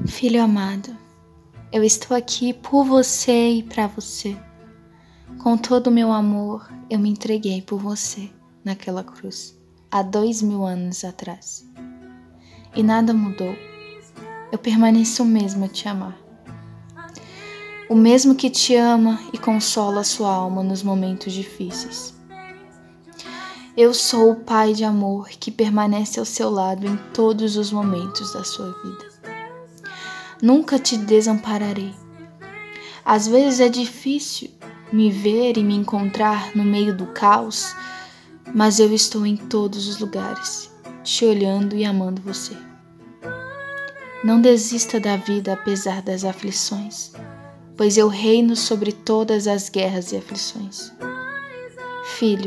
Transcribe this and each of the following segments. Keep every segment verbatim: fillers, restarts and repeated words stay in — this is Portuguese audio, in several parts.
Filho amado, eu estou aqui por você e para você. Com todo o meu amor, eu me entreguei por você naquela cruz, há dois mil anos atrás. E nada mudou. Eu permaneço o mesmo a te amar. O mesmo que te ama e consola a sua alma nos momentos difíceis. Eu sou o Pai de amor que permanece ao seu lado em todos os momentos da sua vida. Nunca te desampararei. Às vezes é difícil me ver e me encontrar no meio do caos, mas eu estou em todos os lugares, te olhando e amando você. Não desista da vida apesar das aflições, pois eu reino sobre todas as guerras e aflições. Filho,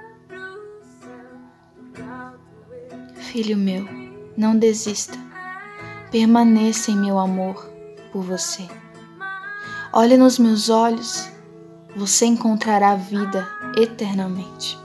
filho meu, não desista. Permaneça em meu amor por você. Olhe nos meus olhos, você encontrará vida eternamente.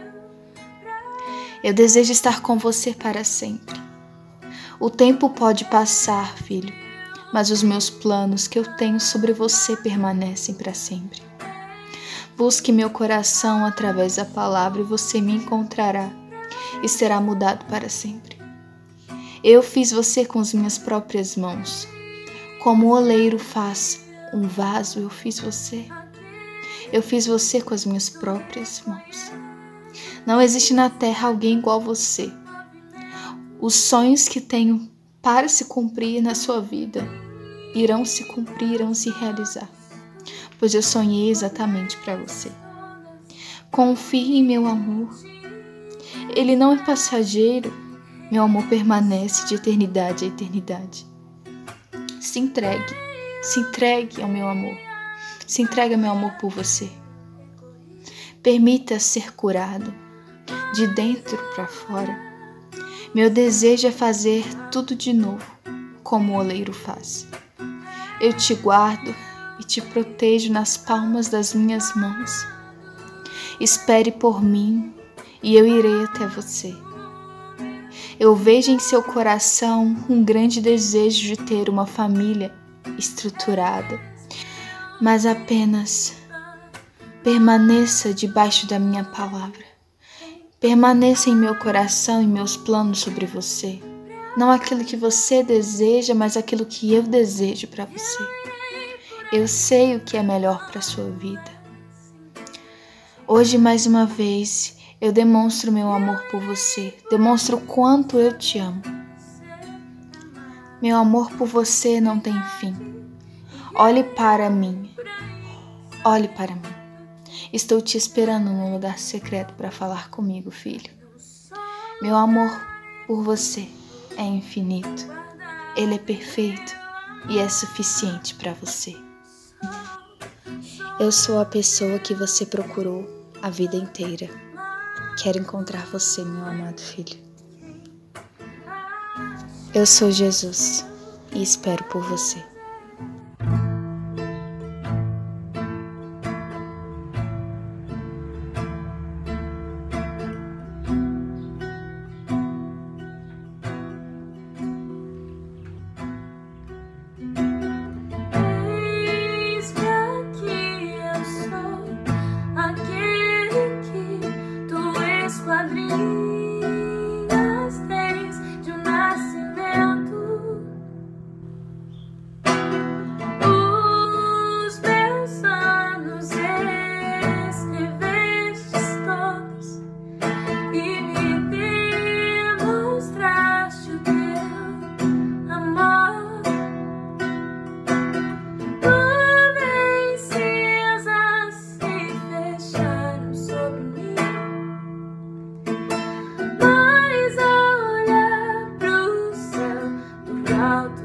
Eu desejo estar com você para sempre. O tempo pode passar, filho, mas os meus planos que eu tenho sobre você permanecem para sempre. Busque meu coração através da palavra e você me encontrará e será mudado para sempre. Eu fiz você com as minhas próprias mãos. Como o oleiro faz um vaso, eu fiz você. Eu fiz você com as minhas próprias mãos. Não existe na terra alguém igual a você. Os sonhos que tenho para se cumprir na sua vida irão se cumprir, irão se realizar, pois eu sonhei exatamente para você. Confie em meu amor. Ele não é passageiro. Meu amor permanece de eternidade a eternidade. Se entregue, se entregue ao meu amor. Se entregue ao meu amor por você. Permita ser curado, de dentro para fora. Meu desejo é fazer tudo de novo, como o oleiro faz. Eu te guardo e te protejo nas palmas das minhas mãos. Espere por mim e eu irei até você. Eu vejo em seu coração um grande desejo de ter uma família estruturada, mas apenas permaneça debaixo da minha palavra. Permaneça em meu coração e meus planos sobre você. Não aquilo que você deseja, mas aquilo que eu desejo para você. Eu sei o que é melhor para a sua vida. Hoje, mais uma vez, eu demonstro meu amor por você. Demonstro o quanto eu te amo. Meu amor por você não tem fim. Olhe para mim. Olhe para mim. Estou te esperando num lugar secreto para falar comigo, filho. Meu amor por você é infinito. Ele é perfeito e é suficiente para você. Eu sou a pessoa que você procurou a vida inteira. Quero encontrar você, meu amado filho. Eu sou Jesus e espero por você. Out